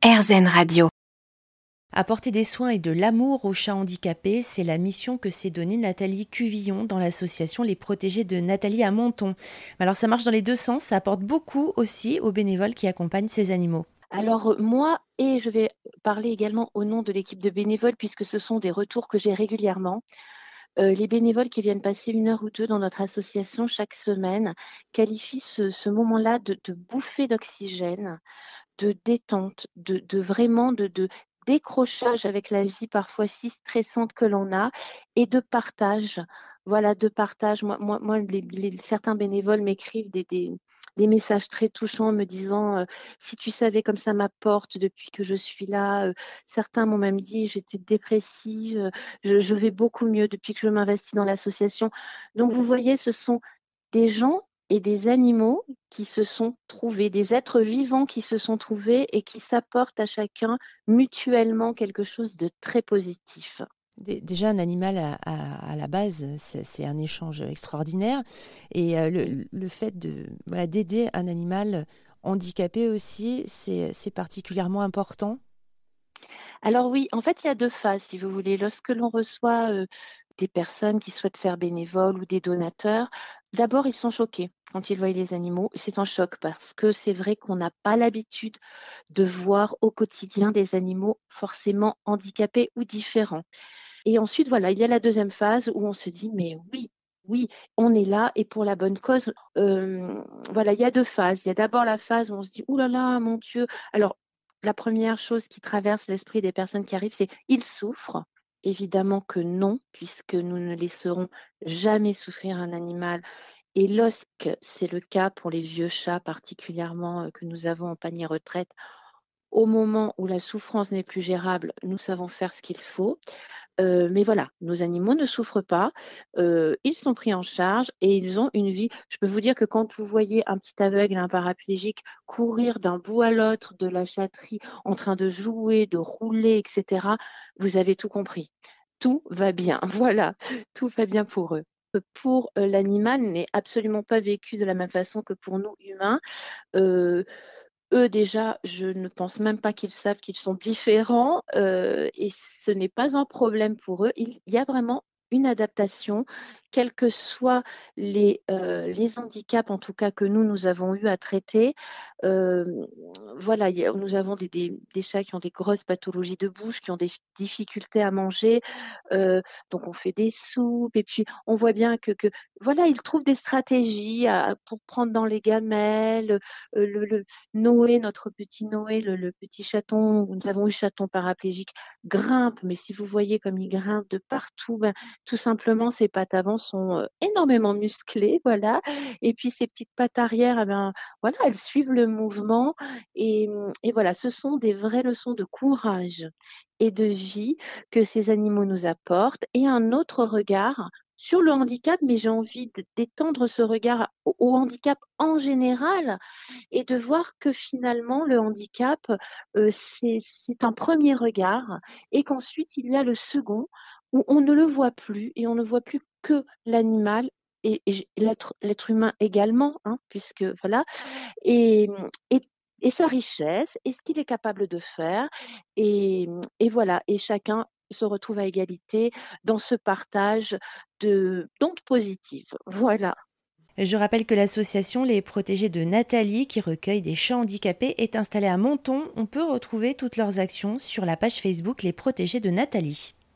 RZN Radio. Apporter des soins et de l'amour aux chats handicapés, c'est la mission que s'est donnée Nathalie Cuvillon dans l'association Les Protégés de Nathalie à Menton. Alors ça marche dans les deux sens, ça apporte beaucoup aussi aux bénévoles qui accompagnent ces animaux. Alors moi, et je vais parler également au nom de l'équipe de bénévoles, puisque ce sont des retours que j'ai régulièrement. Les bénévoles qui viennent passer 1 heure ou 2 dans notre association chaque semaine qualifient ce moment-là de bouffée d'oxygène, de détente, de vraiment de décrochage avec la vie parfois si stressante que l'on a et de partage. Voilà, de partage. Moi certains bénévoles m'écrivent des messages très touchants me disant, «Si tu savais comme ça m'apporte depuis que je suis là». Certains m'ont même dit: «J'étais dépressive, je vais beaucoup mieux depuis que je m'investis dans l'association». Donc vous voyez, ce sont des gens et des animaux qui se sont trouvés, des êtres vivants qui se sont trouvés et qui s'apportent à chacun mutuellement quelque chose de très positif. Déjà, un animal à la base, c'est un échange extraordinaire. Et le fait d'aider un animal handicapé aussi, c'est particulièrement important. Alors oui, en fait, il y a 2 phases, si vous voulez. Lorsque l'on reçoit, des personnes qui souhaitent faire bénévole ou des donateurs, d'abord, ils sont choqués quand ils voient les animaux. C'est un choc parce que c'est vrai qu'on n'a pas l'habitude de voir au quotidien des animaux forcément handicapés ou différents. Et ensuite, voilà, il y a la deuxième phase où on se dit: «Mais oui, oui, on est là et pour la bonne cause». Voilà, il y a 2 phases. Il y a d'abord la phase où on se dit: «Ouh là là, mon Dieu». Alors, la première chose qui traverse l'esprit des personnes qui arrivent, c'est: «Ils souffrent». Évidemment que non, puisque nous ne laisserons jamais souffrir un animal et lorsque c'est le cas pour les vieux chats particulièrement, que nous avons en panier retraite, au moment où la souffrance n'est plus gérable, nous savons faire ce qu'il faut. Mais voilà, nos animaux ne souffrent pas, ils sont pris en charge et ils ont une vie. Je peux vous dire que quand vous voyez un petit aveugle, un paraplégique courir d'un bout à l'autre de la chatterie en train de jouer, de rouler et cetera, vous avez tout compris. Tout va bien, voilà, tout va bien pour eux. Pour, l'animal n'est absolument pas vécu de la même façon que pour nous humains. Heu Eux déjà, je ne pense même pas qu'ils savent qu'ils sont différents, et ce n'est pas un problème pour eux. Il y a vraiment une adaptation, quels que soient les handicaps, en tout cas que nous avons eu à traiter. Hem, voilà, nous avons des chats qui ont des grosses pathologies de bouche, qui ont des difficultés à manger, donc on fait des soupes et puis on voit bien que voilà, ils trouvent des stratégies pour prendre dans les gamelles, le Noé, notre petit Noé, le petit chaton, nous avons eu chaton paraplégique, grimpe, mais si vous voyez comme il grimpe de partout, ben, tout simplement ses pattes avant sont, énormément musclées, voilà et puis ses petites pattes arrière, eh ben, voilà, elles suivent le mouvement et voilà, ce sont des vraies leçons de courage et de vie que ces animaux nous apportent et un autre regard sur le handicap, mais j'ai envie d'étendre ce regard au handicap en général et de voir que finalement le handicap, c'est un premier regard et qu'ensuite il y a le second où on ne le voit plus et on ne voit plus que l'animal et l'être humain également, hein, puisque voilà et et et sa richesse et ce qu'il est capable de faire et voilà et chacun se retrouve à égalité dans ce partage d'ondes positives. Voilà. Je rappelle que l'association Les Protégés de Nathalie, qui recueille des chats handicapés, est installée à Menton. On peut retrouver toutes leurs actions sur la page Facebook Les Protégés de Nathalie.